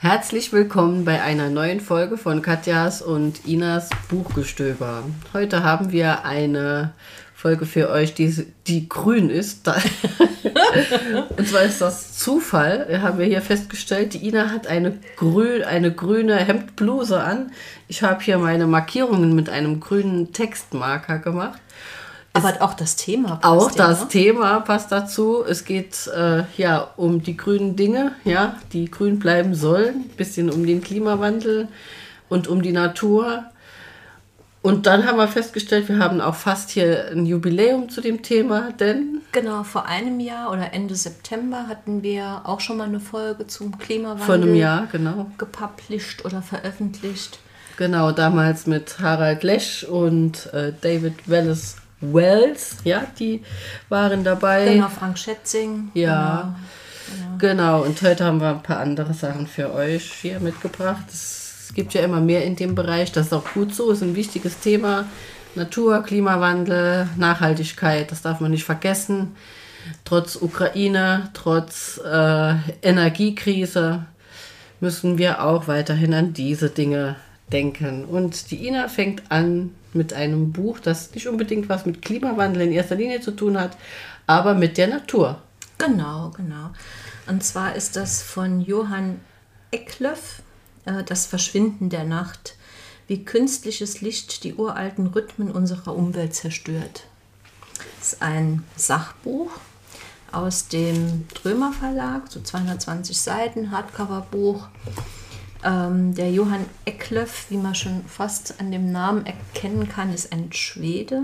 Herzlich willkommen bei einer neuen Folge von Katjas und Inas Buchgestöber. Heute haben wir eine Folge für euch, die grün ist. Und zwar ist das Zufall. Haben wir hier festgestellt, die Ina hat eine grüne Hemdbluse an. Ich habe hier meine Markierungen mit einem grünen Textmarker gemacht. Aber auch das Thema passt. Auch das Thema passt dazu. Es geht um die grünen Dinge, die grün bleiben sollen. Ein bisschen um den Klimawandel und um die Natur. Und dann haben wir festgestellt, wir haben auch fast hier ein Jubiläum zu dem Thema, denn... Genau, vor einem Jahr oder Ende September hatten wir auch schon mal eine Folge zum Klimawandel. Vor einem Jahr, genau. Gepublished oder veröffentlicht. Genau, damals mit Harald Lesch und David Wells, die waren dabei. Genau, Frank Schätzing. Ja, genau. Und heute haben wir ein paar andere Sachen für euch hier mitgebracht. Es gibt ja immer mehr in dem Bereich. Das ist auch gut so, ist ein wichtiges Thema. Natur, Klimawandel, Nachhaltigkeit, das darf man nicht vergessen. Trotz Ukraine, trotz Energiekrise müssen wir auch weiterhin an diese Dinge denken. Und die Ina fängt an mit einem Buch, das nicht unbedingt was mit Klimawandel in erster Linie zu tun hat, aber mit der Natur. Genau. Und zwar ist das von Johann Eklöf, Das Verschwinden der Nacht, wie künstliches Licht die uralten Rhythmen unserer Umwelt zerstört. Das ist ein Sachbuch aus dem Trömer Verlag, so 220 Seiten, Hardcover-Buch. Der Johann Eklöf, wie man schon fast an dem Namen erkennen kann, ist ein Schwede.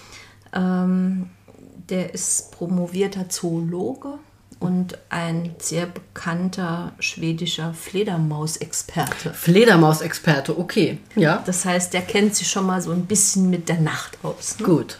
Der ist promovierter Zoologe und ein sehr bekannter schwedischer Fledermausexperte. Fledermausexperte, okay. Ja. Das heißt, der kennt sich schon mal so ein bisschen mit der Nacht aus. Ne? Gut.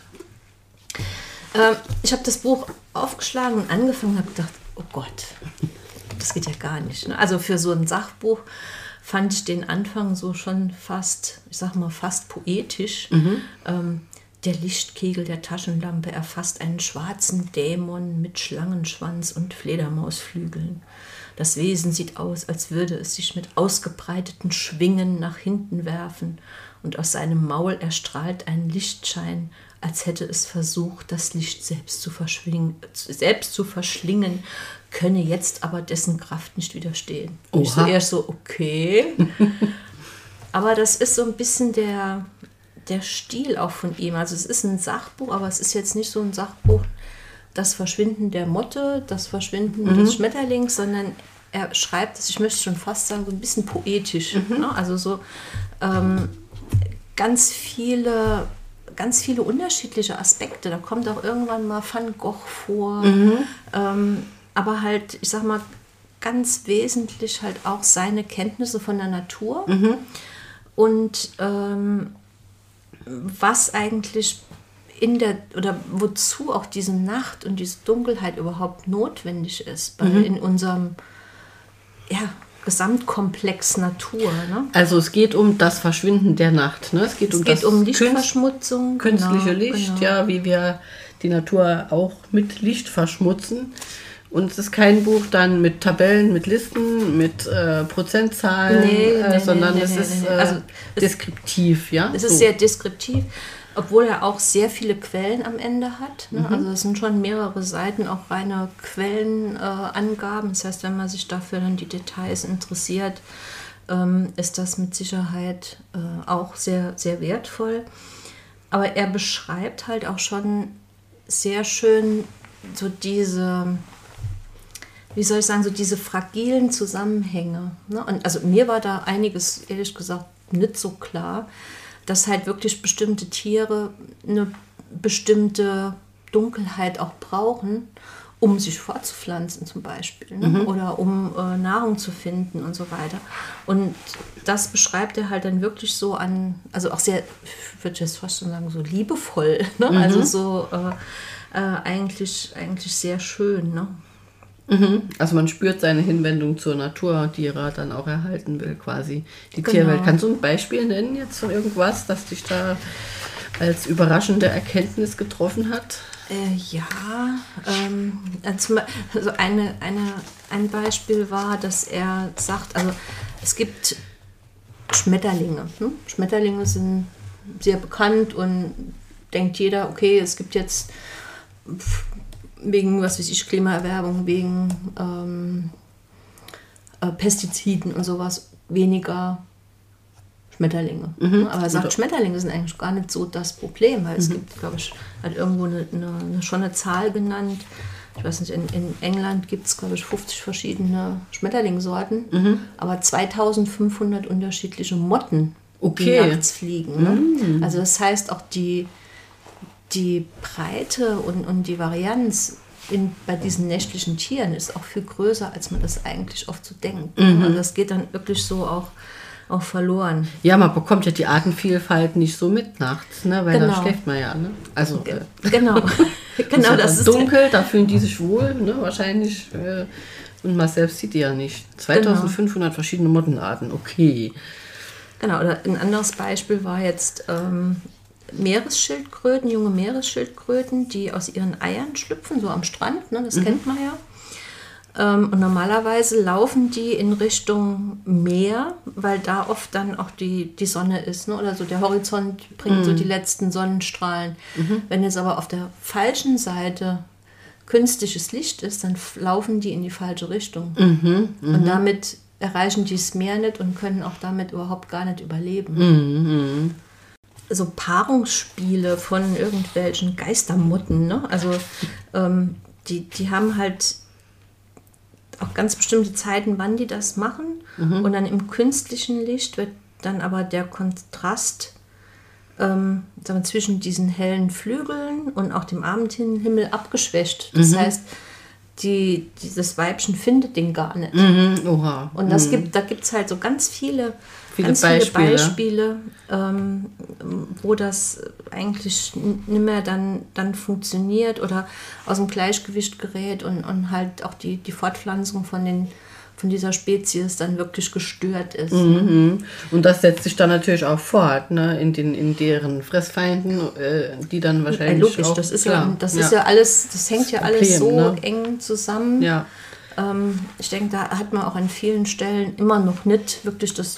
Ich habe das Buch aufgeschlagen und angefangen und habe gedacht, oh Gott, das geht ja gar nicht. Ne? Also für so ein Sachbuch fand ich den Anfang so schon fast poetisch. Der Lichtkegel der Taschenlampe erfasst einen schwarzen Dämon mit Schlangenschwanz und Fledermausflügeln. Das Wesen sieht aus, als würde es sich mit ausgebreiteten Schwingen nach hinten werfen, und aus seinem Maul erstrahlt ein Lichtschein, als hätte es versucht, das Licht selbst zu verschlingen, könne jetzt aber dessen Kraft nicht widerstehen. Und ich so erst so, okay. Aber das ist so ein bisschen der Stil auch von ihm. Also es ist ein Sachbuch, aber es ist jetzt nicht so ein Sachbuch, das Verschwinden der Motte, das Verschwinden des Schmetterlings, sondern er schreibt es, ich möchte schon fast sagen, so ein bisschen poetisch. Ne? Also so ganz viele unterschiedliche Aspekte. Da kommt auch irgendwann mal Van Gogh vor. Aber halt, ich sag mal, ganz wesentlich halt auch seine Kenntnisse von der Natur. Und was eigentlich wozu auch diese Nacht und diese Dunkelheit überhaupt notwendig ist in unserem Gesamtkomplex Natur. Ne? Also es geht um das Verschwinden der Nacht. Ne? Es geht um Lichtverschmutzung. Künstliche Licht, wie wir die Natur auch mit Licht verschmutzen. Und es ist kein Buch dann mit Tabellen, mit Listen, mit Prozentzahlen, sondern es ist deskriptiv. Ja? Es ist sehr deskriptiv, obwohl er auch sehr viele Quellen am Ende hat. Ne? Also es sind schon mehrere Seiten, auch reine Quellenangaben. Das heißt, wenn man sich dafür dann die Details interessiert, ist das mit Sicherheit auch sehr, sehr wertvoll. Aber er beschreibt halt auch schon sehr schön so diese... wie soll ich sagen, so diese fragilen Zusammenhänge. Ne? Und also mir war da einiges, ehrlich gesagt, nicht so klar, dass halt wirklich bestimmte Tiere eine bestimmte Dunkelheit auch brauchen, um sich fortzupflanzen zum Beispiel, ne? Oder um Nahrung zu finden und so weiter. Und das beschreibt er halt dann wirklich so also auch sehr, ich würde jetzt fast schon sagen, so liebevoll. Ne? Also so eigentlich sehr schön, ne? Also man spürt seine Hinwendung zur Natur, die er dann auch erhalten will, quasi. Die Tierwelt. Kannst du ein Beispiel nennen jetzt von irgendwas, das dich da als überraschende Erkenntnis getroffen hat? Also ein Beispiel war, dass er sagt, also Es gibt Schmetterlinge. Ne? Schmetterlinge sind sehr bekannt und denkt jeder, okay, es gibt jetzt wegen, was weiß ich, Klimaerwärmung, wegen Pestiziden und sowas weniger Schmetterlinge. Aber er sagt, Schmetterlinge sind eigentlich gar nicht so das Problem, weil es gibt, glaube ich, hat irgendwo schon eine Zahl genannt. Ich weiß nicht, in England gibt es, glaube ich, 50 verschiedene Schmetterlingssorten, aber 2500 unterschiedliche Motten, die nachts fliegen. Ne? Also das heißt, auch die Breite und die Varianz bei diesen nächtlichen Tieren ist auch viel größer, als man das eigentlich oft so denkt. Also das geht dann wirklich so auch verloren. Ja, man bekommt ja die Artenvielfalt nicht so mit nachts, ne? Weil da schläft man ja. Ne? Also, genau, das ist dunkel, da fühlen die sich wohl, ne? Wahrscheinlich. Und man selbst sieht die ja nicht. 2500 verschiedene Mottenarten, okay. Genau, oder ein anderes Beispiel war jetzt Meeresschildkröten, junge Meeresschildkröten, die aus ihren Eiern schlüpfen, so am Strand, ne? Das kennt man ja. Und normalerweise laufen die in Richtung Meer, weil da oft dann auch die Sonne ist, ne? Oder so der Horizont bringt so die letzten Sonnenstrahlen. Wenn jetzt aber auf der falschen Seite künstliches Licht ist, dann laufen die in die falsche Richtung. Und damit erreichen die das Meer nicht und können auch damit überhaupt gar nicht überleben. So Paarungsspiele von irgendwelchen Geistermotten, ne? Also die haben halt auch ganz bestimmte Zeiten, wann die das machen. Und dann im künstlichen Licht wird dann aber der Kontrast zwischen diesen hellen Flügeln und auch dem Abendhimmel abgeschwächt. Das heißt, das Weibchen findet den gar nicht. Oha. Und da gibt es halt so ganz viele Beispiele, wo das eigentlich nicht mehr dann funktioniert oder aus dem Gleichgewicht gerät und halt auch die Fortpflanzung von dieser Spezies dann wirklich gestört ist. Und das setzt sich dann natürlich auch fort, ne? in deren Fressfeinden, die dann wahrscheinlich logisch, auch... das ist ja alles, das hängt ja alles so ne? eng zusammen. Ja. Ich denke, da hat man auch an vielen Stellen immer noch nicht wirklich den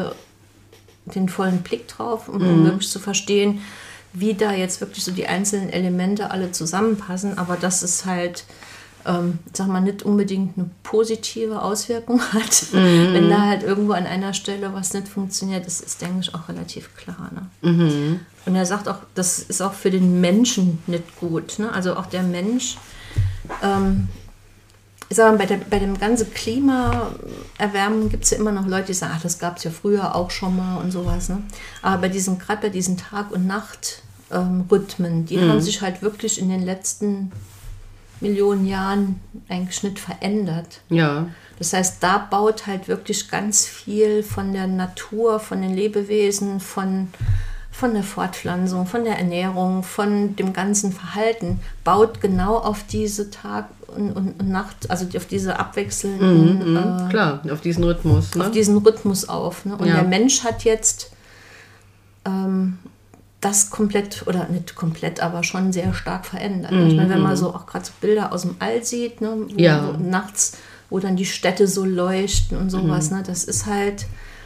vollen Blick drauf, um wirklich zu verstehen, wie da jetzt wirklich so die einzelnen Elemente alle zusammenpassen. Aber dass es halt, nicht unbedingt eine positive Auswirkung hat, wenn da halt irgendwo an einer Stelle was nicht funktioniert, das ist, denke ich, auch relativ klar. Ne? Und er sagt auch, das ist auch für den Menschen nicht gut. Ne? Also auch der Mensch... ich sage mal, bei dem ganzen Klimaerwärmung gibt es ja immer noch Leute, die sagen, ach, das gab es ja früher auch schon mal und sowas. Ne? Aber gerade bei diesen Tag- und Nachtrhythmen, die haben sich halt wirklich in den letzten Millionen Jahren eigentlich nicht verändert. Ja. Das heißt, da baut halt wirklich ganz viel von der Natur, von den Lebewesen, von der Fortpflanzung, von der Ernährung, von dem ganzen Verhalten, baut genau auf diese Tag- und Nacht, also auf diese abwechselnden... klar, auf diesen Rhythmus. Ne? Auf diesen Rhythmus auf. Ne? Und der Mensch hat jetzt das komplett, oder nicht komplett, aber schon sehr stark verändert. Ich meine, wenn man so auch gerade so Bilder aus dem All sieht, ne? Wo nachts, wo dann die Städte so leuchten und sowas, ne? Das ist halt,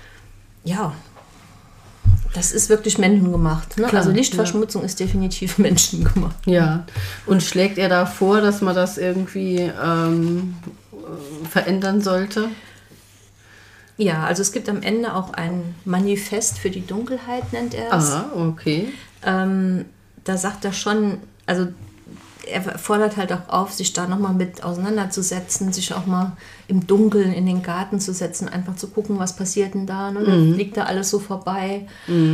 das ist wirklich menschengemacht. Ne? Klar, also Lichtverschmutzung ist definitiv menschengemacht. Ja, und schlägt er da vor, dass man das irgendwie verändern sollte? Ja, also es gibt am Ende auch ein Manifest für die Dunkelheit, nennt er es. Ah, okay. Da sagt er schon, also er fordert halt auch auf, sich da nochmal mit auseinanderzusetzen, sich auch mal im Dunkeln in den Garten zu setzen, einfach zu gucken, was passiert denn da, ne? Dann liegt da alles so vorbei.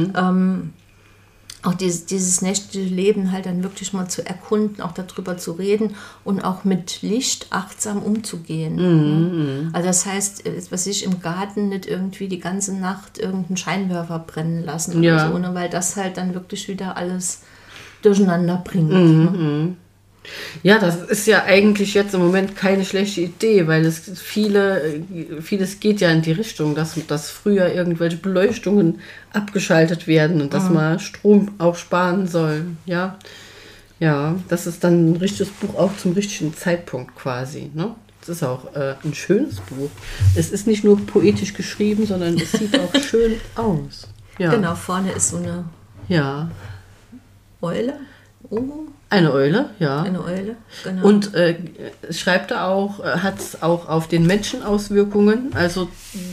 Auch dieses nächtliche Leben halt dann wirklich mal zu erkunden, auch darüber zu reden und auch mit Licht achtsam umzugehen. Ne? Also das heißt, was ich im Garten nicht irgendwie die ganze Nacht irgendeinen Scheinwerfer brennen lassen oder so, ne? Weil das halt dann wirklich wieder alles durcheinander bringt. Ne? Ja, das ist ja eigentlich jetzt im Moment keine schlechte Idee, weil vieles geht ja in die Richtung, dass früher irgendwelche Beleuchtungen abgeschaltet werden und dass man Strom auch sparen soll. Ja, das ist dann ein richtiges Buch auch zum richtigen Zeitpunkt quasi. Ne? Es ist auch ein schönes Buch. Es ist nicht nur poetisch geschrieben, sondern es sieht auch schön aus. Ja. Genau, vorne ist so eine Eule. Eine Eule, ja. Eine Eule, genau. Und schreibt er auch, hat es auch auf den Menschen Auswirkungen? Also,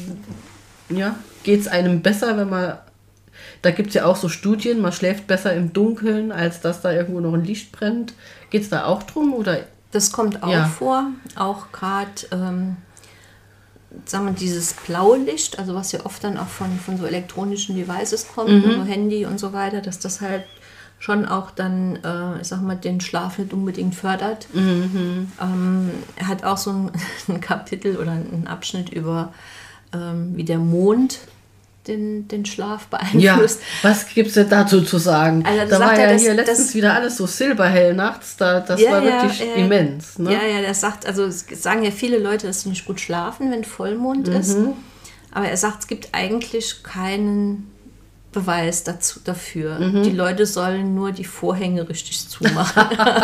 ja, geht es einem besser, wenn man, da gibt es ja auch so Studien, man schläft besser im Dunkeln, als dass da irgendwo noch ein Licht brennt. Geht es da auch drum, oder? Das kommt auch vor, auch gerade, sagen wir, dieses blaue Licht, also was ja oft dann auch von so elektronischen Devices kommt, so Handy und so weiter, dass das halt schon auch dann, ich sag mal, den Schlaf nicht unbedingt fördert. Er hat auch so ein Kapitel oder einen Abschnitt über, wie der Mond den Schlaf beeinflusst. Ja, was gibt es denn dazu zu sagen? Also, da war ja hier das letztens wieder alles so silberhell nachts, das war wirklich immens. Ne? Ja, der sagt, also es sagen ja viele Leute, dass sie nicht gut schlafen, wenn Vollmond ist. Aber er sagt, es gibt eigentlich keinen Beweis dafür. Die Leute sollen nur die Vorhänge richtig zumachen.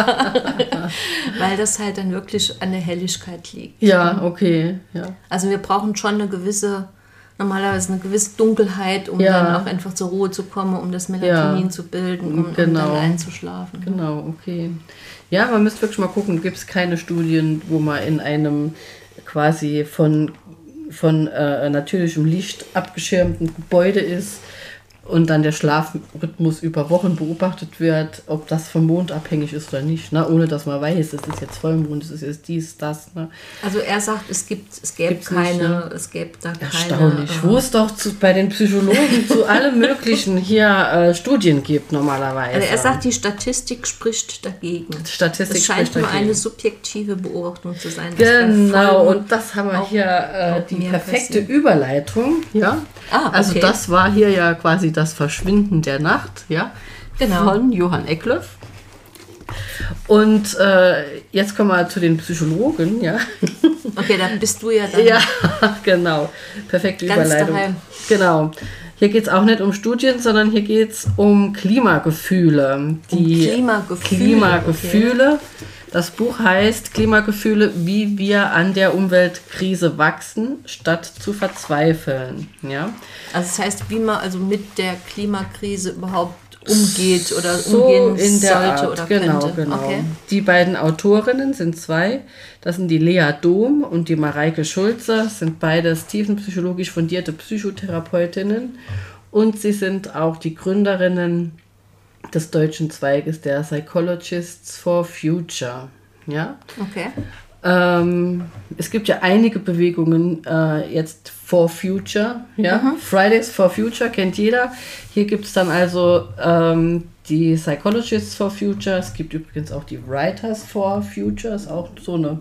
Weil das halt dann wirklich an der Helligkeit liegt. Ja, okay. Ja. Also wir brauchen schon normalerweise eine gewisse Dunkelheit, um dann auch einfach zur Ruhe zu kommen, um das Melatonin zu bilden, um dann einzuschlafen. Genau, okay. Ja, man müsste wirklich mal gucken, gibt es keine Studien, wo man in einem quasi von natürlichem Licht abgeschirmten Gebäude ist und dann der Schlafrhythmus über Wochen beobachtet wird, ob das vom Mond abhängig ist oder nicht, ne? Ohne dass man weiß, es ist jetzt Vollmond, es ist jetzt dies, das. Ne? Also er sagt, es gäbe keine. Erstaunlich. Wo es doch bei den Psychologen zu allem möglichen hier Studien gibt normalerweise. Also er sagt, die Statistik spricht dagegen. Es scheint nur eine subjektive Beobachtung zu sein. Genau, und das haben wir hier die perfekte Überleitung. Ja? Also das war hier ja quasi das Verschwinden der Nacht, von Johann Eklöf. Und jetzt kommen wir zu den Psychologen, Okay, dann bist du ja dann. Ja, genau. Perfekte Überleitung. Daheim. Genau. Hier geht es auch nicht um Studien, sondern hier geht es um Klimagefühle. Klimagefühle. Das Buch heißt Klimagefühle, wie wir an der Umweltkrise wachsen, statt zu verzweifeln. Ja? Also das heißt, wie man also mit der Klimakrise überhaupt umgeht oder umgehen in der sollte Art. oder Genau. könnte. Okay. Die beiden Autorinnen sind zwei. Das sind die Lea Dom und die Mareike Schulze. Das sind beides tiefenpsychologisch fundierte Psychotherapeutinnen. Und sie sind auch die Gründerinnen des deutschen Zweiges der Psychologists for Future. Ja? Okay. Es gibt ja einige Bewegungen jetzt for Future. Ja? Fridays for Future kennt jeder. Hier gibt es dann also die Psychologists for Future. Es gibt übrigens auch die Writers for Future. Ist auch so eine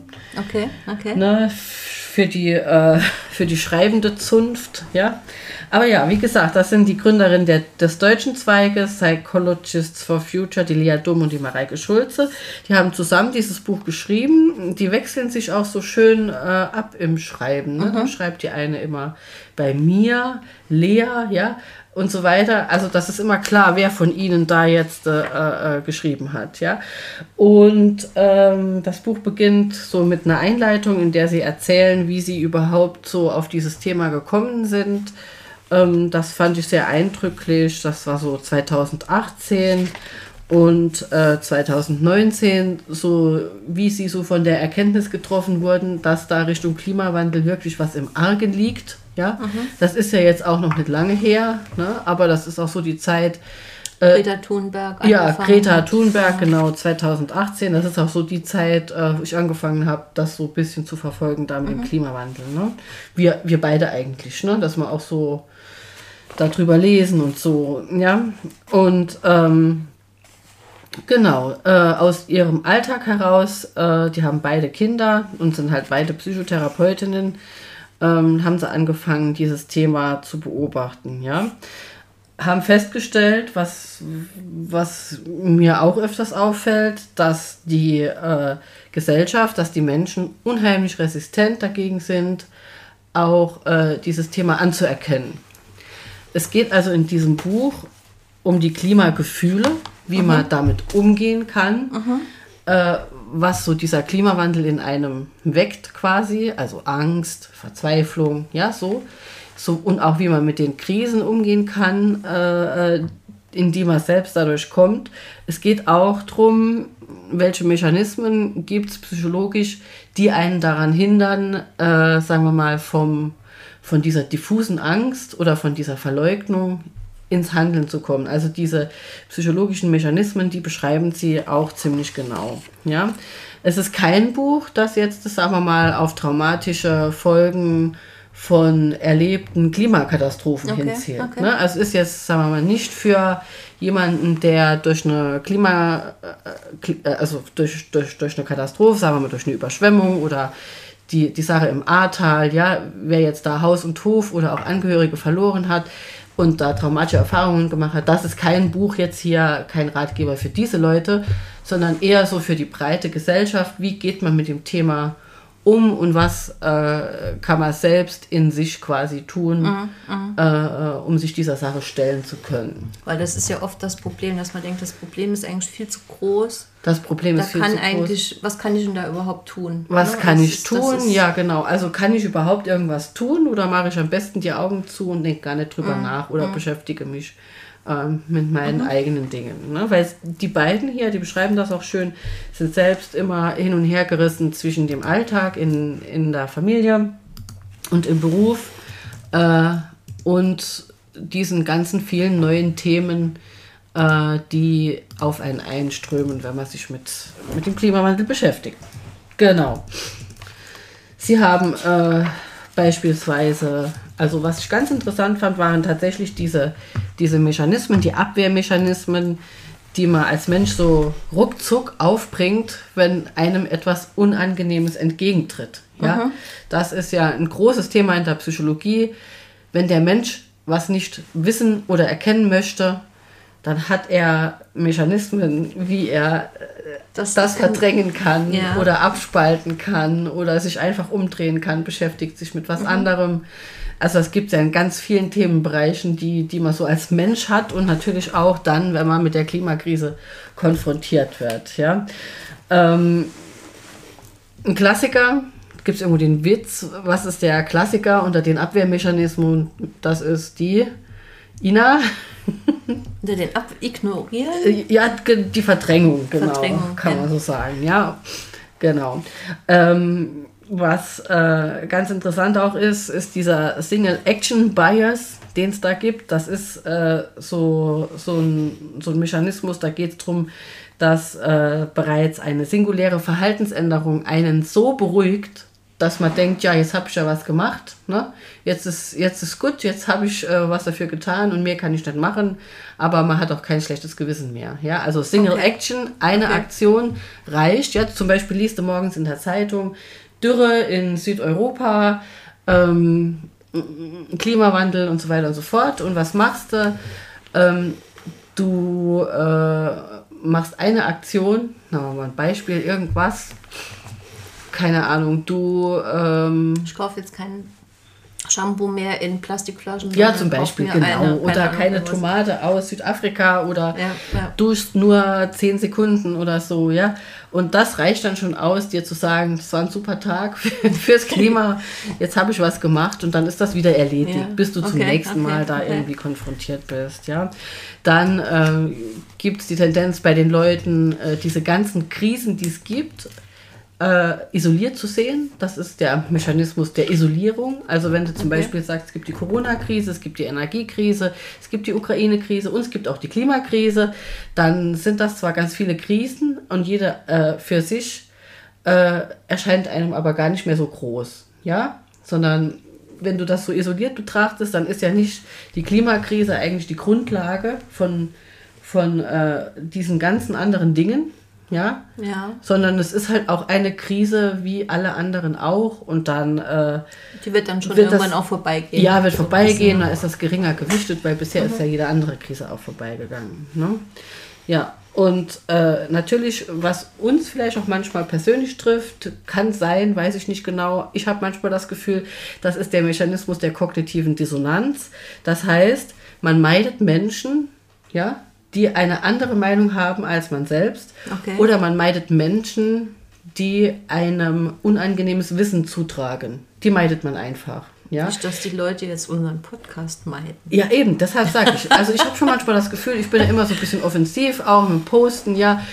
ne, für die schreibende Zunft. Ja? Aber ja, wie gesagt, das sind die Gründerinnen des deutschen Zweiges, Psychologists for Future, die Lea Dom und die Mareike Schulze. Die haben zusammen dieses Buch geschrieben. Die wechseln sich auch so schön ab im Schreiben. Ne? Da schreibt die eine immer bei mir, Lea, und so weiter. Also das ist immer klar, wer von ihnen da jetzt geschrieben hat. Ja? Und das Buch beginnt so mit einer Einleitung, in der sie erzählen, wie sie überhaupt so auf dieses Thema gekommen sind. Das fand ich sehr eindrücklich. Das war so 2018 und 2019, so wie sie so von der Erkenntnis getroffen wurden, dass da Richtung Klimawandel wirklich was im Argen liegt. Ja? Das ist ja jetzt auch noch nicht lange her, ne? Aber das ist auch so die Zeit. Greta Thunberg. Greta Thunberg, genau, 2018. Das ist auch so die Zeit, wo ich angefangen habe, das so ein bisschen zu verfolgen, da mit dem Klimawandel. Ne? Wir beide eigentlich, ne? Dass wir auch so darüber lesen und so, ja. Und genau, aus ihrem Alltag heraus, die haben beide Kinder und sind halt beide Psychotherapeutinnen, haben sie angefangen, dieses Thema zu beobachten, ja. Haben festgestellt, was mir auch öfters auffällt, dass die Gesellschaft, dass die Menschen unheimlich resistent dagegen sind, auch dieses Thema anzuerkennen. Es geht also in diesem Buch um die Klimagefühle, wie man damit umgehen kann. was so dieser Klimawandel in einem weckt quasi, also Angst, Verzweiflung, ja, so und auch wie man mit den Krisen umgehen kann, in die man selbst dadurch kommt. Es geht auch darum, welche Mechanismen gibt es psychologisch, die einen daran hindern, sagen wir mal, von dieser diffusen Angst oder von dieser Verleugnung ins Handeln zu kommen. Also diese psychologischen Mechanismen, die beschreiben sie auch ziemlich genau. Ja? Es ist kein Buch, das jetzt, sagen wir mal, auf traumatische Folgen von erlebten Klimakatastrophen hinzählt. Okay. Ne? Also es ist jetzt, sagen wir mal, nicht für jemanden, der durch eine durch eine Katastrophe, sagen wir mal, durch eine Überschwemmung oder die Sache im Ahrtal, ja, wer jetzt da Haus und Hof oder auch Angehörige verloren hat und da traumatische Erfahrungen gemacht hat, das ist kein Buch jetzt hier, kein Ratgeber für diese Leute, sondern eher so für die breite Gesellschaft. Wie geht man mit dem Thema um und was kann man selbst in sich quasi tun, um sich dieser Sache stellen zu können. Weil das ist ja oft das Problem, dass man denkt, das Problem ist eigentlich viel zu groß. Das Problem ist viel zu groß. Was kann ich denn da überhaupt tun? Was kann ich tun? Ja, genau. Also kann ich überhaupt irgendwas tun oder mache ich am besten die Augen zu und denke gar nicht drüber nach oder beschäftige mich mit meinen eigenen Dingen. Ne? Weil die beiden hier, die beschreiben das auch schön, sind selbst immer hin und her gerissen zwischen dem Alltag in der Familie und im Beruf und diesen ganzen vielen neuen Themen, die auf einen einströmen, wenn man sich mit dem Klimawandel beschäftigt. Genau. Sie haben beispielsweise, also was ich ganz interessant fand, waren tatsächlich diese Mechanismen, die Abwehrmechanismen, die man als Mensch so ruckzuck aufbringt, wenn einem etwas Unangenehmes entgegentritt. Ja? Das ist ja ein großes Thema in der Psychologie. Wenn der Mensch was nicht wissen oder erkennen möchte, dann hat er Mechanismen, wie er das verdrängen kann oder abspalten kann oder sich einfach umdrehen kann, beschäftigt sich mit was anderem. Also es gibt ja in ganz vielen Themenbereichen, die man so als Mensch hat und natürlich auch dann, wenn man mit der Klimakrise konfrontiert wird. Ja? Ein Klassiker, gibt es irgendwo den Witz, was ist der Klassiker unter den Abwehrmechanismen? Das ist die Ina. Unter den Ignorieren? Ja, die Verdrängung, genau, kann man so sagen. Ja, genau. Was ganz interessant auch ist dieser Single Action Bias, den es da gibt. Das ist so ein Mechanismus, da geht es darum, dass bereits eine singuläre Verhaltensänderung einen so beruhigt, dass man denkt, ja, jetzt habe ich ja was gemacht, ne? Jetzt ist gut, jetzt habe ich was dafür getan und mehr kann ich nicht machen, aber man hat auch kein schlechtes Gewissen mehr. Ja? Also Single Action, eine Aktion reicht. Ja? Zum Beispiel liest du morgens in der Zeitung, Dürre in Südeuropa, Klimawandel und so weiter und so fort. Und was machst du? Du machst eine Aktion, nehmen wir mal ein Beispiel, irgendwas, keine Ahnung, ich kaufe jetzt kein Shampoo mehr in Plastikflaschen. Ja, zum Beispiel, genau. Oder keine Tomate aus Südafrika oder duschst nur 10 Sekunden oder so, ja. Und das reicht dann schon aus, dir zu sagen, das war ein super Tag fürs Klima, jetzt habe ich was gemacht und dann ist das wieder erledigt, bis du zum nächsten Mal da irgendwie konfrontiert bist, ja. Dann gibt es die Tendenz bei den Leuten, diese ganzen Krisen, die es gibt, isoliert zu sehen. Das ist der Mechanismus der Isolierung. Also wenn du zum Beispiel sagst, es gibt die Corona-Krise, es gibt die Energiekrise, es gibt die Ukraine-Krise und es gibt auch die Klimakrise, dann sind das zwar ganz viele Krisen und jede für sich erscheint einem aber gar nicht mehr so groß. Ja? Sondern wenn du das so isoliert betrachtest, dann ist ja nicht die Klimakrise eigentlich die Grundlage von diesen ganzen anderen Dingen. Ja? Sondern es ist halt auch eine Krise wie alle anderen auch und dann die wird dann schon irgendwann auch vorbeigehen. Ja, wird vorbeigehen, da ist das geringer gewichtet, weil bisher ist ja jede andere Krise auch vorbeigegangen. Ne? Ja, und natürlich, was uns vielleicht auch manchmal persönlich trifft, kann sein, weiß ich nicht genau. Ich habe manchmal das Gefühl, das ist der Mechanismus der kognitiven Dissonanz. Das heißt, man meidet Menschen, ja, die eine andere Meinung haben als man selbst. Okay. Oder man meidet Menschen, die einem unangenehmes Wissen zutragen. Die meidet man einfach. Ja? Nicht, dass die Leute jetzt unseren Podcast meiden. Ja, eben, deshalb sage ich. Also ich habe schon manchmal das Gefühl, ich bin ja immer so ein bisschen offensiv, auch mit dem Posten, ja.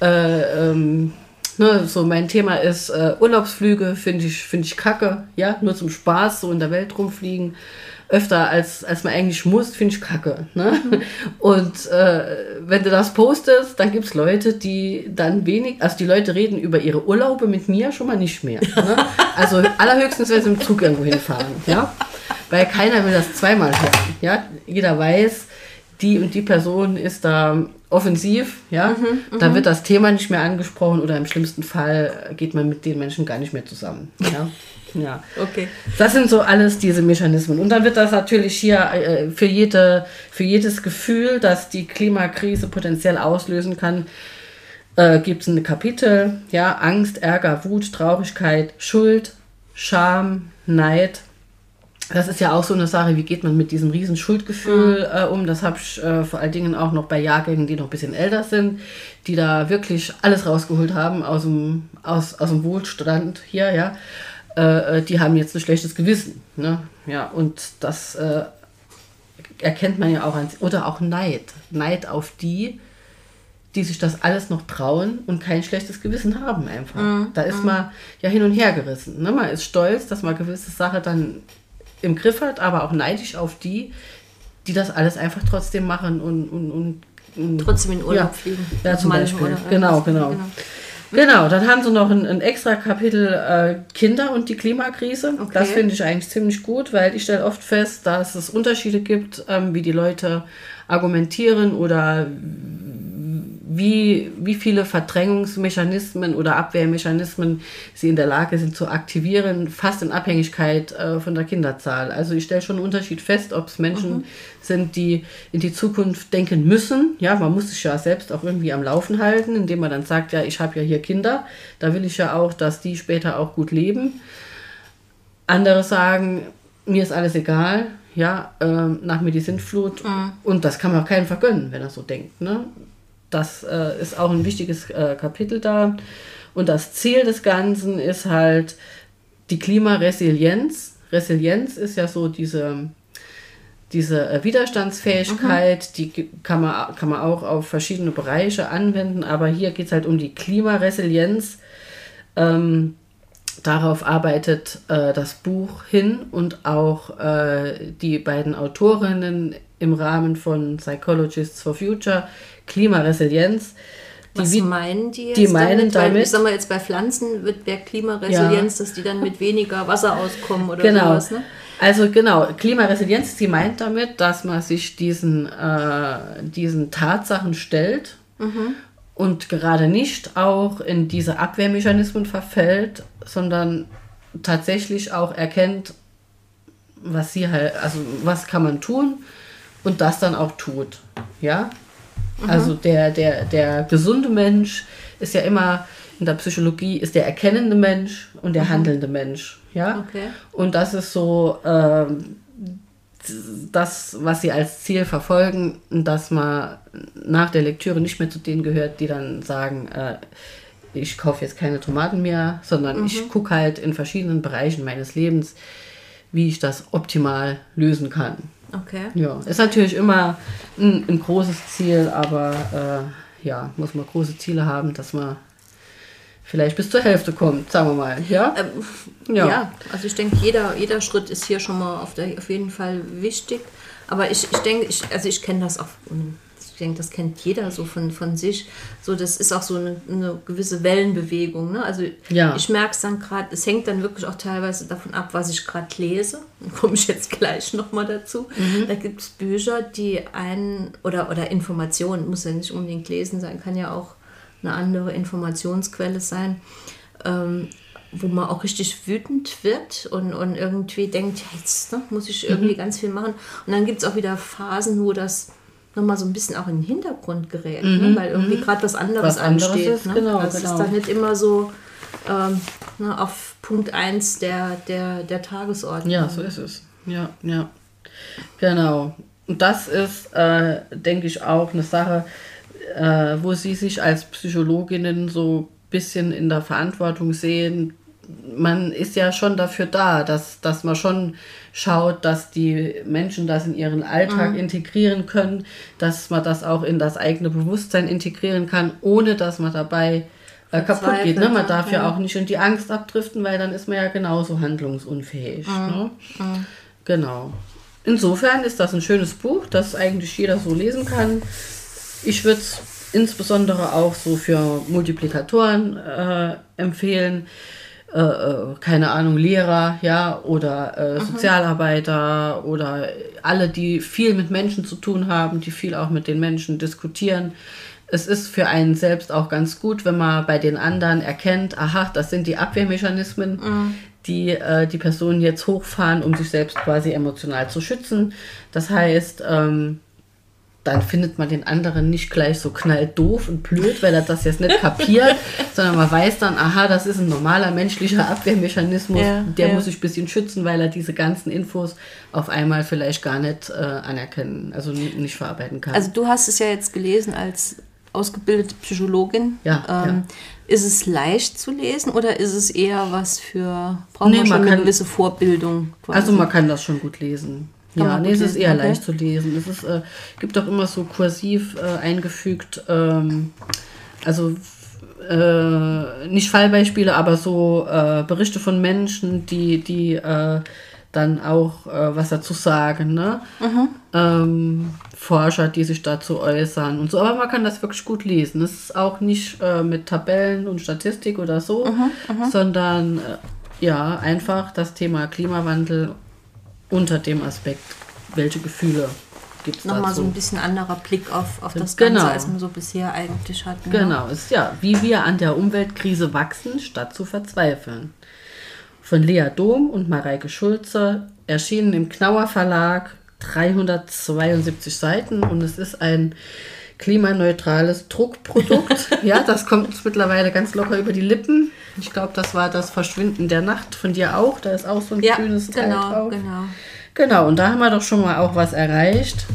So mein Thema ist Urlaubsflüge, finde ich kacke, ja, nur zum Spaß, so in der Welt rumfliegen. Öfter als man eigentlich muss, finde ich kacke. Ne? Und wenn du das postest, dann gibt es Leute, die dann die Leute reden über ihre Urlaube mit mir schon mal nicht mehr. Ne? Also allerhöchstens, wenn sie im Zug irgendwo hinfahren. Ja? Weil keiner will das zweimal hören. Ja? Jeder weiß, die und die Person ist da offensiv, ja, da wird das Thema nicht mehr angesprochen oder im schlimmsten Fall geht man mit den Menschen gar nicht mehr zusammen. Ja. Ja. Okay. Das sind so alles diese Mechanismen. Und dann wird das natürlich hier für jedes Gefühl, das die Klimakrise potenziell auslösen kann, gibt es ein Kapitel, ja, Angst, Ärger, Wut, Traurigkeit, Schuld, Scham, Neid. Das ist ja auch so eine Sache, wie geht man mit diesem riesen Schuldgefühl um. Das habe ich vor allen Dingen auch noch bei Jahrgängen, die noch ein bisschen älter sind, die da wirklich alles rausgeholt haben aus dem Wohlstand hier, ja. Die haben jetzt ein schlechtes Gewissen. Ne? Ja, und das erkennt man ja auch oder auch Neid. Neid auf die sich das alles noch trauen und kein schlechtes Gewissen haben einfach. Da ist man ja hin und her gerissen. Ne? Man ist stolz, dass man gewisse Sachen dann im Griff hat, aber auch neidisch auf die das alles einfach trotzdem machen und trotzdem in Urlaub fliegen. Ja, zum Beispiel. Genau. Genau, dann haben sie noch ein extra Kapitel Kinder und die Klimakrise. Okay. Das finde ich eigentlich ziemlich gut, weil ich stelle oft fest, dass es Unterschiede gibt, wie die Leute argumentieren oder wie viele Verdrängungsmechanismen oder Abwehrmechanismen sie in der Lage sind zu aktivieren, fast in Abhängigkeit von der Kinderzahl. Also ich stelle schon einen Unterschied fest, ob es Menschen sind, die in die Zukunft denken müssen. Ja, man muss sich ja selbst auch irgendwie am Laufen halten, indem man dann sagt, ja, ich habe ja hier Kinder, da will ich ja auch, dass die später auch gut leben. Andere sagen, mir ist alles egal, ja, nach mir die Sintflut. Und das kann man auch keinem vergönnen, wenn er so denkt, ne? Das ist auch ein wichtiges Kapitel da. Und das Ziel des Ganzen ist halt die Klimaresilienz. Resilienz ist ja so diese Widerstandsfähigkeit, die kann man auch auf verschiedene Bereiche anwenden, aber hier geht es halt um die Klimaresilienz. Darauf arbeitet das Buch hin und auch die beiden Autorinnen im Rahmen von Psychologists for Future, Klimaresilienz. Was meinen die jetzt die meinen damit? Weil ich sag mal, jetzt bei Pflanzen wäre Klimaresilienz, dass die dann mit weniger Wasser auskommen oder sowas, ne? Also genau, Klimaresilienz, sie meint damit, dass man sich diesen Tatsachen stellt und gerade nicht auch in diese Abwehrmechanismen verfällt, sondern tatsächlich auch erkennt, was kann man tun und das dann auch tut, ja? Also der gesunde Mensch ist ja immer, in der Psychologie ist der erkennende Mensch und der handelnde Mensch, ja? Okay. Und das ist so das, was sie als Ziel verfolgen, dass man nach der Lektüre nicht mehr zu denen gehört, die dann sagen, ich kaufe jetzt keine Tomaten mehr, sondern ich gucke halt in verschiedenen Bereichen meines Lebens, wie ich das optimal lösen kann. Okay. Ja, ist natürlich immer ein großes Ziel, aber muss man große Ziele haben, dass man vielleicht bis zur Hälfte kommt, sagen wir mal. Ja, ja, also ich denke, jeder Schritt ist hier schon mal auf jeden Fall wichtig. Aber ich denke, ich kenne das auch. Ich denke, das kennt jeder so von sich. So, das ist auch so eine gewisse Wellenbewegung. Ne? Also ich merke es dann gerade, es hängt dann wirklich auch teilweise davon ab, was ich gerade lese. Da komme ich jetzt gleich nochmal dazu. Da gibt es Bücher, die oder Informationen, muss ja nicht unbedingt lesen sein, kann ja auch eine andere Informationsquelle sein, wo man auch richtig wütend wird und irgendwie denkt, ja, jetzt muss ich irgendwie ganz viel machen. Und dann gibt es auch wieder Phasen, wo das nochmal so ein bisschen auch in den Hintergrund gerät, ne? Weil irgendwie gerade was anderes ansteht. Ist, ne? Genau, das ist dann nicht immer so auf Punkt 1 der Tagesordnung. Ja, so ist es. Ja, genau. Und das ist, denke ich, auch eine Sache, wo Sie sich als Psychologinnen so ein bisschen in der Verantwortung sehen. Man ist ja schon dafür da, dass man schon schaut, dass die Menschen das in ihren Alltag integrieren können, dass man das auch in das eigene Bewusstsein integrieren kann, ohne dass man dabei kaputt geht. Ne? Man darf ja auch nicht in die Angst abdriften, weil dann ist man ja genauso handlungsunfähig. Ne? Genau. Insofern ist das ein schönes Buch, das eigentlich jeder so lesen kann. Ich würde es insbesondere auch so für Multiplikatoren empfehlen. Keine Ahnung, Lehrer, ja, oder Sozialarbeiter oder alle, die viel mit Menschen zu tun haben, die viel auch mit den Menschen diskutieren. Es ist für einen selbst auch ganz gut, wenn man bei den anderen erkennt, aha, das sind die Abwehrmechanismen, die die Personen jetzt hochfahren, um sich selbst quasi emotional zu schützen. Das heißt, dann findet man den anderen nicht gleich so knalldoof und blöd, weil er das jetzt nicht kapiert, sondern man weiß dann, aha, das ist ein normaler menschlicher Abwehrmechanismus, der muss sich ein bisschen schützen, weil er diese ganzen Infos auf einmal vielleicht gar nicht anerkennen, also nicht verarbeiten kann. Also du hast es ja jetzt gelesen als ausgebildete Psychologin. Ist es leicht zu lesen oder ist es eher was für, braucht man schon eine gewisse Vorbildung? Quasi? Also man kann das schon gut lesen. Es ist eher leicht zu lesen. Es ist, gibt auch immer so kursiv eingefügt, also nicht Fallbeispiele, aber so Berichte von Menschen, die dann auch was dazu sagen, ne? Forscher, die sich dazu äußern und so. Aber man kann das wirklich gut lesen. Es ist auch nicht mit Tabellen und Statistik oder so, sondern einfach das Thema Klimawandel unter dem Aspekt, welche Gefühle gibt es dazu. Nochmal so ein bisschen anderer Blick auf das Ganze, als man so bisher eigentlich hat. Ne? Genau, ist wie wir an der Umweltkrise wachsen, statt zu verzweifeln. Von Lea Dom und Mareike Schulze, erschienen im Knauer Verlag, 372 Seiten und es ist ein klimaneutrales Druckprodukt. Das kommt uns mittlerweile ganz locker über die Lippen. Ich glaube, das war das Verschwinden der Nacht von dir auch. Da ist auch so ein grünes Teil drauf. Genau, und da haben wir doch schon mal auch was erreicht,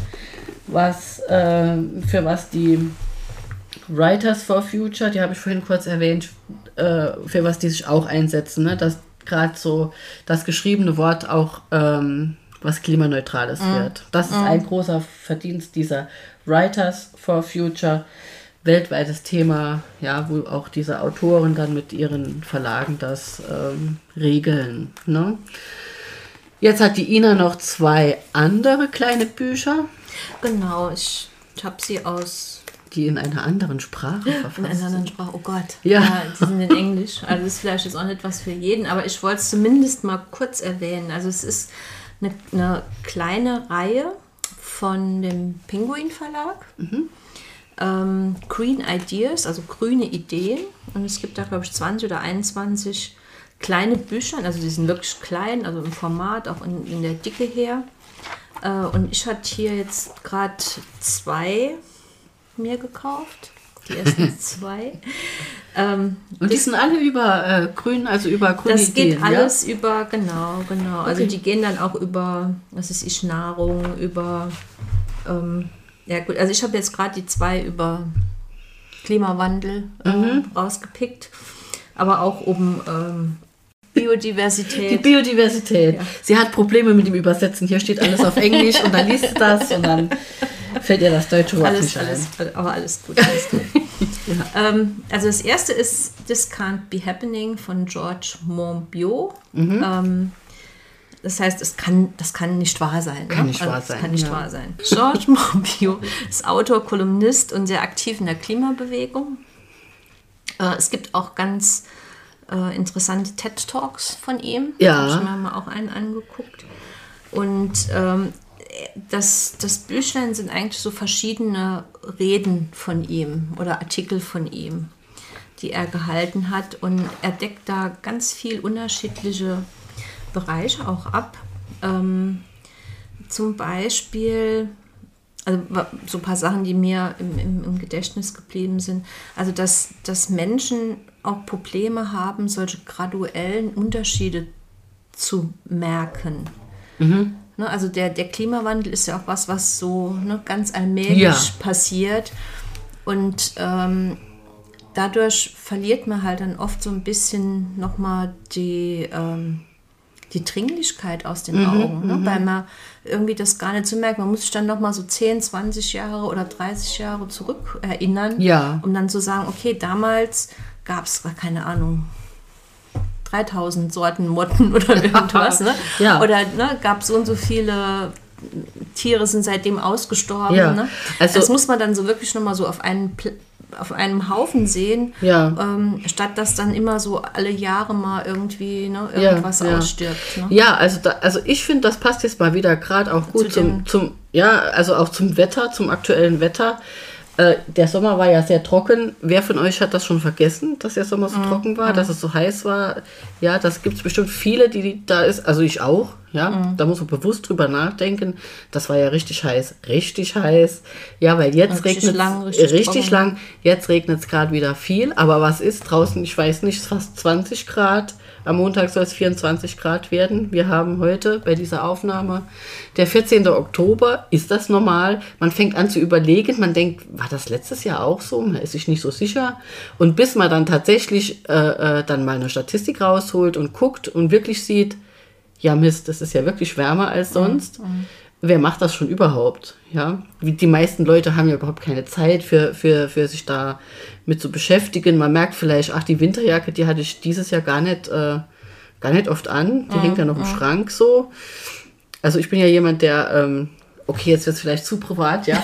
für was die Writers for Future, die habe ich vorhin kurz erwähnt, für was die sich auch einsetzen, ne? Dass gerade so das geschriebene Wort auch was Klimaneutrales wird. Das ist ein großer Verdienst dieser Writers for Future, weltweites Thema, wo auch diese Autoren dann mit ihren Verlagen das regeln. Ne? Jetzt hat die Ina noch 2 andere kleine Bücher. Genau, ich habe sie die in einer anderen Sprache verfasst. In einer anderen Sprache, oh Gott. Ja, die sind in Englisch. Also das ist vielleicht jetzt auch nicht was für jeden, aber ich wollte es zumindest mal kurz erwähnen. Also es ist eine kleine Reihe von dem Penguin Verlag. Green Ideas, also grüne Ideen. Und es gibt da, glaube ich, 20 oder 21 kleine Bücher. Also die sind wirklich klein, also im Format, auch in der Dicke her. Und ich hatte hier jetzt gerade 2 mir gekauft. Die ersten 2. Und die sind alle über grün, also über grüne Das Ideen, geht alles über, genau. Okay. Also die gehen dann auch über, Nahrung, über, also ich habe jetzt gerade die 2 über Klimawandel rausgepickt, aber auch um Biodiversität. Die Biodiversität. Ja. Sie hat Probleme mit dem Übersetzen. Hier steht alles auf Englisch und dann liest sie das und dann fällt ihr das deutsche Wort nicht ein. Aber alles gut. Also das erste ist This Can't Be Happening von George Monbiot. Das heißt, das kann nicht wahr sein. Kann nicht wahr sein. George Monbiot ist Autor, Kolumnist und sehr aktiv in der Klimabewegung. Es gibt auch ganz interessante TED-Talks von ihm. Ja. Da habe ich mir mal auch einen angeguckt. Und das Büchlein sind eigentlich so verschiedene Reden von ihm oder Artikel von ihm, die er gehalten hat. Und er deckt da ganz viel unterschiedliche Bereiche auch ab. Zum Beispiel, also so ein paar Sachen, die mir im Gedächtnis geblieben sind. Also, dass Menschen auch Probleme haben, solche graduellen Unterschiede zu merken. Ne? Also der Klimawandel ist ja auch was so ganz allmählich passiert. Und dadurch verliert man halt dann oft so ein bisschen nochmal die Dringlichkeit aus den Augen, ne? Weil man irgendwie das gar nicht so merkt. Man muss sich dann nochmal so 10, 20 Jahre oder 30 Jahre zurück erinnern, um dann zu sagen, okay, damals gab es, keine Ahnung, 3000 Sorten Motten oder irgendwas. Ne? Oder gab es so und so viele Tiere, sind seitdem ausgestorben. Ja. Ne? Also, das muss man dann so wirklich nochmal so auf einem Haufen sehen, statt dass dann immer so alle Jahre mal irgendwie irgendwas ausstirbt. Ne? Ja, also ich finde, das passt jetzt mal wieder gerade auch gut zum Wetter, zum aktuellen Wetter. Der Sommer war ja sehr trocken. Wer von euch hat das schon vergessen, dass der Sommer so trocken war, dass es so heiß war? Ja, das gibt es bestimmt viele, die da ist. Also ich auch. Ja, da muss man bewusst drüber nachdenken. Das war ja richtig heiß. Richtig heiß. Ja, weil jetzt regnet es richtig lang. Jetzt regnet es gerade wieder viel. Aber was ist draußen? Ich weiß nicht, fast 20 Grad. Am Montag soll es 24 Grad werden. Wir haben heute bei dieser Aufnahme der 14. Oktober. Ist das normal? Man fängt an zu überlegen. Man denkt, war das letztes Jahr auch so? Man ist sich nicht so sicher. Und bis man dann tatsächlich dann mal eine Statistik rausholt und guckt und wirklich sieht, ja Mist, das ist ja wirklich wärmer als sonst. Wer macht das schon überhaupt? Ja? Die meisten Leute haben ja überhaupt keine Zeit für sich da mit zu beschäftigen. Man merkt vielleicht, ach, die Winterjacke, die hatte ich dieses Jahr gar nicht oft an. Die hängt ja noch im Schrank so. Also ich bin ja jemand, der, okay, jetzt wird es vielleicht zu privat, ja.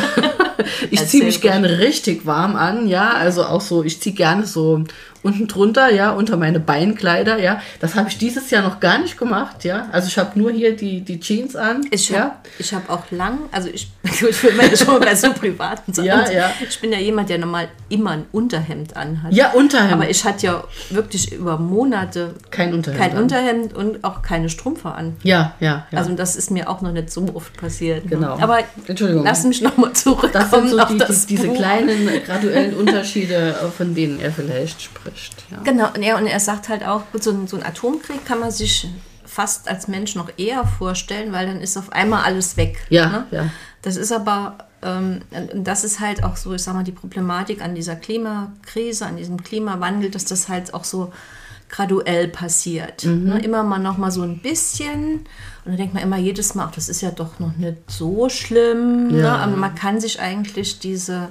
Ich ziehe mich gerne richtig warm an, ja. Also auch so, ich ziehe gerne so unten drunter, ja, unter meine Beinkleider, ja. Das habe ich dieses Jahr noch gar nicht gemacht, ja. Also ich habe nur hier die Jeans an. Ich habe auch lang, also ich will mir das schon mal so privat sagen. Ja. Ich bin ja jemand, der normal immer ein Unterhemd anhat. Ja, Unterhemd. Aber ich hatte ja wirklich über Monate kein Unterhemd und auch keine Strümpfe an. Ja. Also das ist mir auch noch nicht so oft passiert. Genau. Ne? Aber Entschuldigung. Lass mich nochmal zurückkommen. Das sind so diese kleinen graduellen Unterschiede, von denen er vielleicht spricht. Ja. Genau, und er sagt halt auch, so ein Atomkrieg kann man sich fast als Mensch noch eher vorstellen, weil dann ist auf einmal alles weg. Ja. Das ist aber, das ist halt auch so, ich sag mal, die Problematik an dieser Klimakrise, an diesem Klimawandel, dass das halt auch so graduell passiert. Ne? Immer mal noch mal so ein bisschen. Und dann denkt man immer jedes Mal, ach, das ist ja doch noch nicht so schlimm. Ja. Ne? Aber man kann sich eigentlich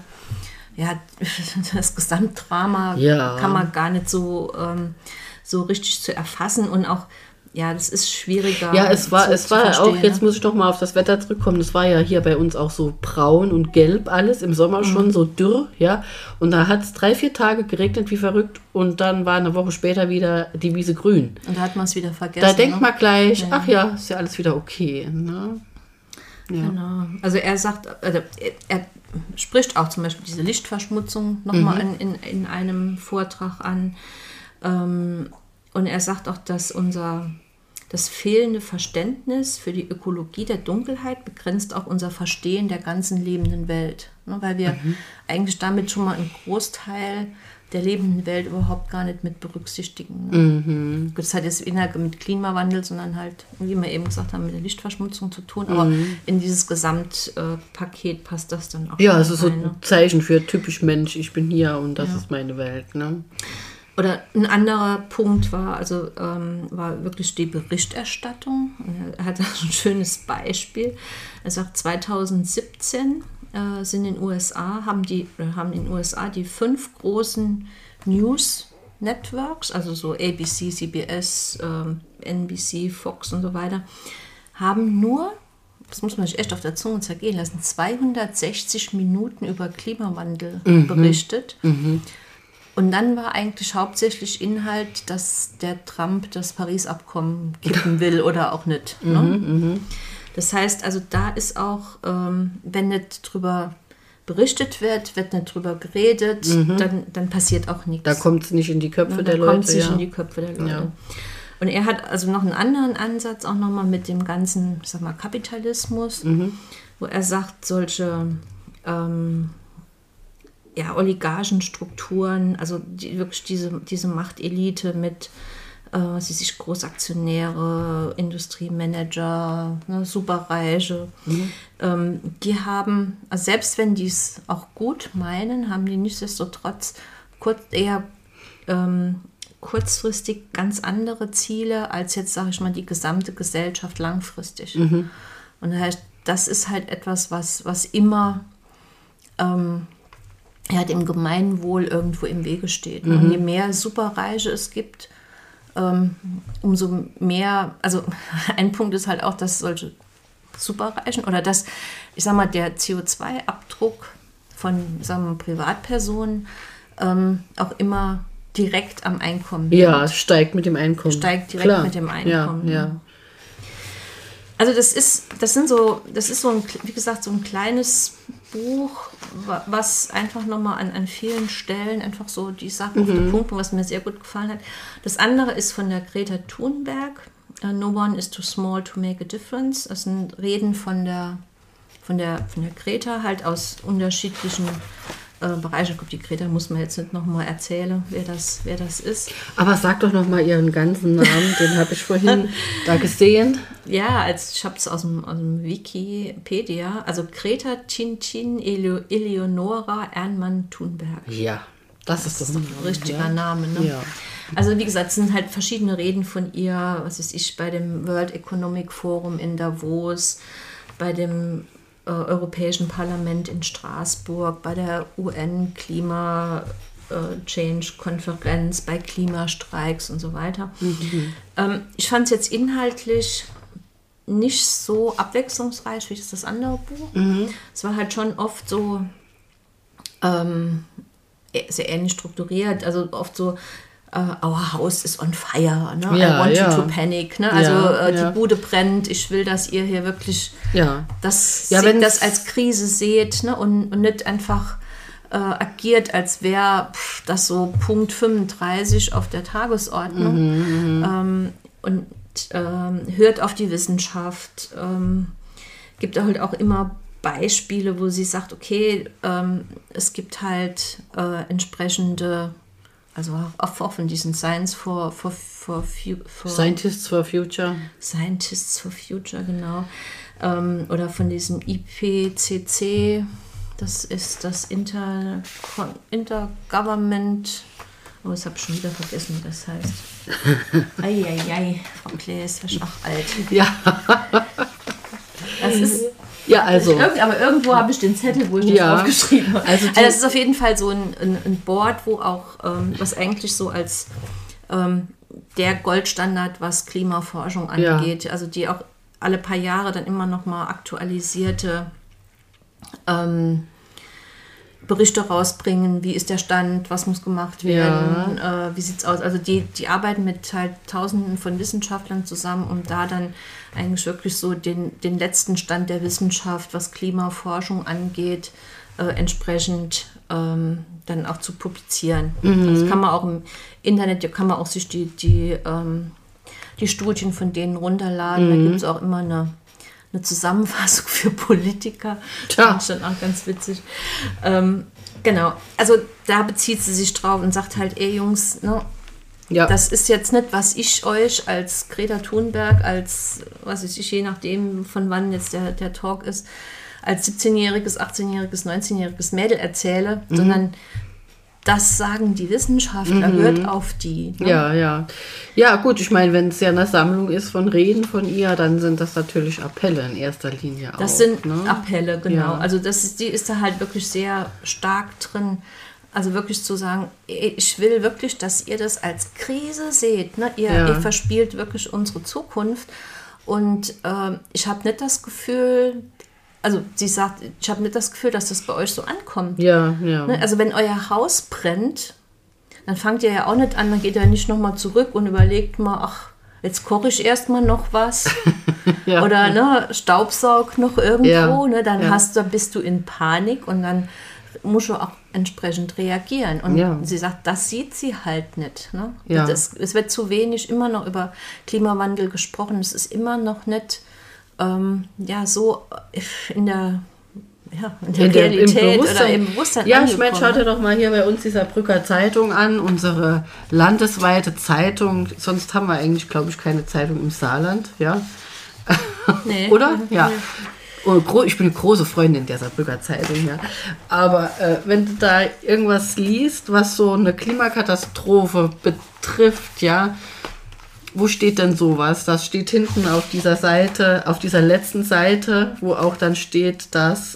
das Gesamtdrama kann man gar nicht so richtig zu erfassen und auch, das ist schwieriger. Ja, es war verstehen, auch, jetzt muss ich noch mal auf das Wetter zurückkommen, das war ja hier bei uns auch so braun und gelb alles, im Sommer schon so dürr, ja, und da hat es 3-4 Tage geregnet wie verrückt und dann war eine Woche später wieder die Wiese grün. Und da hat man es wieder vergessen. Da denkt man gleich, ach ja, ist ja alles wieder okay, ne? Ja. Genau. Also er sagt, er spricht auch zum Beispiel diese Lichtverschmutzung nochmal in einem Vortrag an. Und er sagt auch, dass das fehlende Verständnis für die Ökologie der Dunkelheit begrenzt auch unser Verstehen der ganzen lebenden Welt. Ne, weil wir eigentlich damit schon mal einen Großteil der lebenden Welt überhaupt gar nicht mit berücksichtigen. Ne? Das hat jetzt weniger mit Klimawandel, sondern halt, wie wir eben gesagt haben, mit der Lichtverschmutzung zu tun. Aber in dieses Gesamtpaket passt das dann auch. Ja, es ist so ein Zeichen für typisch Mensch, ich bin hier und das ist meine Welt. Ne? Oder ein anderer Punkt war wirklich die Berichterstattung. Er hat ein schönes Beispiel. Er sagt, 2017 haben in den USA die 5 großen News Networks, also so ABC, CBS, NBC, Fox und so weiter, haben nur, das muss man sich echt auf der Zunge zergehen lassen, 260 Minuten über Klimawandel berichtet. Und dann war eigentlich hauptsächlich Inhalt, dass der Trump das Paris-Abkommen kippen will oder auch nicht. Ne? Das heißt, also da ist auch, wenn nicht drüber berichtet wird nicht drüber geredet, dann passiert auch nichts. Da kommt es nicht in die Köpfe der Leute. Da kommt es nicht in die Köpfe der Leute. Ja. Und er hat also noch einen anderen Ansatz auch nochmal mit dem ganzen, ich sag mal, Kapitalismus, wo er sagt, solche Oligarchenstrukturen, also wirklich diese Machtelite mit sie sich Großaktionäre, Industriemanager, ne, Superreiche, die haben, also selbst wenn die es auch gut meinen, haben die nichtsdestotrotz kurzfristig ganz andere Ziele als jetzt, sage ich mal, die gesamte Gesellschaft langfristig. Und das ist halt etwas, was immer dem Gemeinwohl irgendwo im Wege steht. Und je mehr Superreiche es gibt, umso mehr, also ein Punkt ist halt auch, dass solche Superreichen oder dass, ich sag mal, der CO2-Abdruck von, sagen wir, Privatpersonen auch immer direkt am Einkommen. Ja, es steigt mit dem Einkommen. Steigt direkt mit dem Einkommen. Ja. Also das ist so ein, wie gesagt, so ein kleines Buch, was einfach nochmal an vielen Stellen einfach so die Sachen auf den Punkt, was mir sehr gut gefallen hat. Das andere ist von der Greta Thunberg. No one is too small to make a difference. Das sind Reden von der Greta, halt aus unterschiedlichen Bereichen. Ich glaube, die Greta muss man jetzt nicht nochmal erzählen, wer das ist. Aber sag doch nochmal ihren ganzen Namen, den habe ich vorhin da gesehen. Ja, ich habe es aus dem Wikipedia. Also Greta Cincin Eleonora Ernmann-Thunberg. Ja, das ist doch ein richtiger Name. Ne? Ja. Also wie gesagt, es sind halt verschiedene Reden von ihr, was weiß ich, bei dem World Economic Forum in Davos, bei dem Europäischen Parlament in Straßburg, bei der UN-Klima-Change-Konferenz, bei Klimastreiks und so weiter. Ich fand es jetzt inhaltlich nicht so abwechslungsreich wie das andere Buch. Es war halt schon oft so sehr ähnlich strukturiert, also oft so our house is on fire, ne? Ja, I want ja. you to panic, ne? Also Ja, die Bude brennt, ich will, dass ihr hier wirklich das als Krise seht, ne? Und nicht einfach agiert, als wäre das so Punkt 35 auf der Tagesordnung. Und hört auf die Wissenschaft, gibt halt auch immer Beispiele, wo sie sagt, okay, es gibt halt entsprechende, also auch von diesen Scientists for Future, genau. Oder von diesem IPCC, das ist das Intergovernment, oh, das habe ich schon wieder vergessen, wie das heißt. Eieiei, Frau Klaes, ich auch alt. Ja. Das ist... Ja, also. Aber irgendwo habe ich den Zettel, wo ich das aufgeschrieben habe. Also das ist auf jeden Fall so ein Board, wo auch, was eigentlich so als der Goldstandard, was Klimaforschung angeht, also die auch alle paar Jahre dann immer noch mal aktualisierte Berichte rausbringen, wie ist der Stand, was muss gemacht werden, wie sieht es aus. Also die arbeiten mit halt Tausenden von Wissenschaftlern zusammen, um da dann eigentlich wirklich so den letzten Stand der Wissenschaft, was Klimaforschung angeht, entsprechend dann auch zu publizieren. Das kann man auch im Internet, kann man auch sich die Studien von denen runterladen. Da gibt es auch immer eine Zusammenfassung für Politiker. Das ist dann auch ganz witzig. Genau, also da bezieht sie sich drauf und sagt halt, ey Jungs, ne, das ist jetzt nicht, was ich euch als Greta Thunberg, als, was weiß ich, je nachdem von wann jetzt der Talk ist, als 17-jähriges, 18-jähriges, 19-jähriges Mädel erzähle, sondern das sagen die Wissenschaftler, hört auf die. Ne? Ja, gut, ich meine, wenn es ja eine Sammlung ist von Reden von ihr, dann sind das natürlich Appelle in erster Linie auch. Das sind Appelle, genau. Ja. Also die ist da halt wirklich sehr stark drin, also wirklich zu sagen, ich will wirklich, dass ihr das als Krise seht. Ne? Ihr verspielt wirklich unsere Zukunft. Und ich habe nicht das Gefühl... Also sie sagt, ich habe nicht das Gefühl, dass das bei euch so ankommt. Ja. Ne? Also wenn euer Haus brennt, dann fangt ihr ja auch nicht an, dann geht ihr nicht nochmal zurück und überlegt mal, ach, jetzt koche ich erstmal noch was. Oder ne, Staubsaug noch irgendwo. Ne? Dann bist du in Panik und dann musst du auch entsprechend reagieren. Und sie sagt, das sieht sie halt nicht. Ne? Es wird zu wenig immer noch über Klimawandel gesprochen. Es ist immer noch nicht... so in der in der Realität oder im Bewusstsein Ja, ich meine, schaut dir doch mal hier bei uns die Saarbrücker Zeitung an, unsere landesweite Zeitung. Sonst haben wir eigentlich, glaube ich, keine Zeitung im Saarland, ja. Nee. Oder? Ja. Ich bin eine große Freundin der Saarbrücker Zeitung, ja. Aber wenn du da irgendwas liest, was so eine Klimakatastrophe betrifft, ja, wo steht denn sowas? Das steht hinten auf dieser Seite, auf dieser letzten Seite, wo auch dann steht, dass,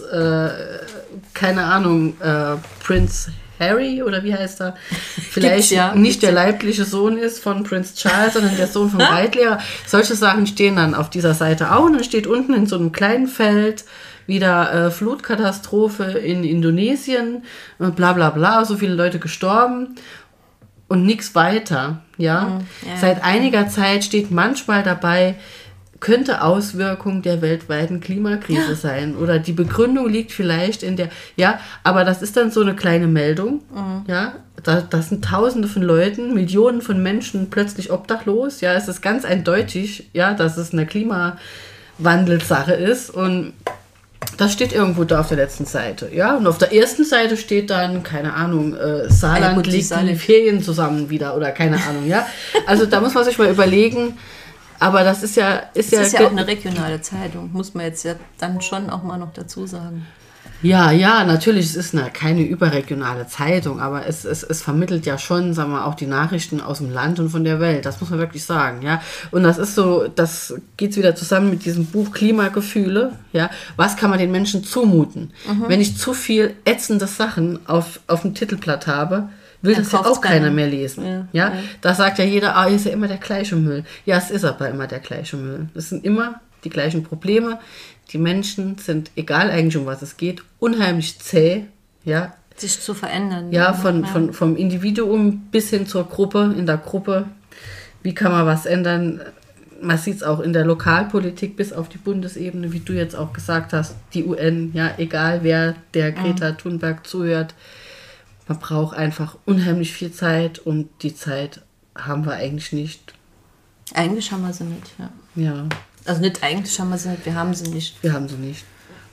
keine Ahnung, Prince Harry oder wie heißt er, vielleicht nicht der leibliche Sohn ist von Prince Charles, sondern der Sohn vom Reitlehrer. Solche Sachen stehen dann auf dieser Seite auch. Und dann steht unten in so einem kleinen Feld wieder Flutkatastrophe in Indonesien, bla bla bla, so viele Leute gestorben. Und nichts weiter, ja. Seit einiger Zeit steht manchmal dabei, könnte Auswirkung der weltweiten Klimakrise sein. Oder die Begründung liegt vielleicht in der, aber das ist dann so eine kleine Meldung, ja. Das sind Tausende von Leuten, Millionen von Menschen plötzlich obdachlos, ja. Es ist ganz eindeutig, ja, dass es eine Klimawandelssache ist und das steht irgendwo da auf der letzten Seite, ja. Und auf der ersten Seite steht dann, keine Ahnung, Saarland legt die Ferien zusammen wieder oder keine Ahnung, ja. Also da muss man sich mal überlegen, aber das ist ja... Das ist ja auch eine regionale Zeitung, muss man jetzt ja dann schon auch mal noch dazu sagen. Ja, natürlich, es ist keine überregionale Zeitung, aber es vermittelt ja schon, sagen wir, auch die Nachrichten aus dem Land und von der Welt, das muss man wirklich sagen, ja. Und das ist so, das geht wieder zusammen mit diesem Buch Klimagefühle, ja. Was kann man den Menschen zumuten? Wenn ich zu viel ätzende Sachen auf dem Titelblatt habe, will das ja auch keiner mehr lesen, ja. Da sagt ja jeder, hier ist ja immer der gleiche Müll. Ja, es ist aber immer der gleiche Müll. Es sind immer die gleichen Probleme. Die Menschen sind, egal eigentlich um was es geht, unheimlich zäh, ja. Sich zu verändern. Ja, vom Individuum bis hin zur Gruppe, in der Gruppe. Wie kann man was ändern? Man sieht es auch in der Lokalpolitik bis auf die Bundesebene, wie du jetzt auch gesagt hast, die UN, ja, egal wer der Greta Thunberg zuhört. Man braucht einfach unheimlich viel Zeit und die Zeit haben wir eigentlich nicht. Eigentlich haben wir sie nicht, Ja. Also nicht eigentlich haben wir sie nicht, wir haben sie nicht. Wir haben sie nicht.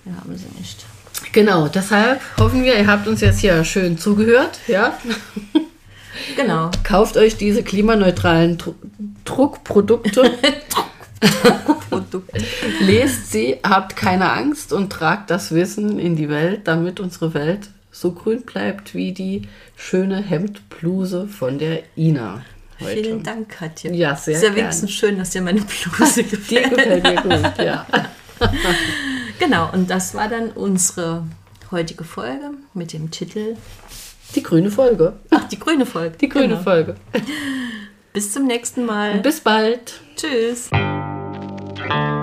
Genau, deshalb hoffen wir, ihr habt uns jetzt hier schön zugehört, ja. Genau. Kauft euch diese klimaneutralen Druckprodukte. Lest sie, habt keine Angst und tragt das Wissen in die Welt, damit unsere Welt so grün bleibt wie die schöne Hemdbluse von der Ina. Heute. Vielen Dank, Katja. Ja, sehr ist ja wenigstens schön, dass dir meine Bluse gefällt. Die gefällt mir gut, ja. Genau, und das war dann unsere heutige Folge mit dem Titel Die grüne Folge. Ach, die grüne Folge. Die grüne Folge. Bis zum nächsten Mal. Bis bald. Tschüss.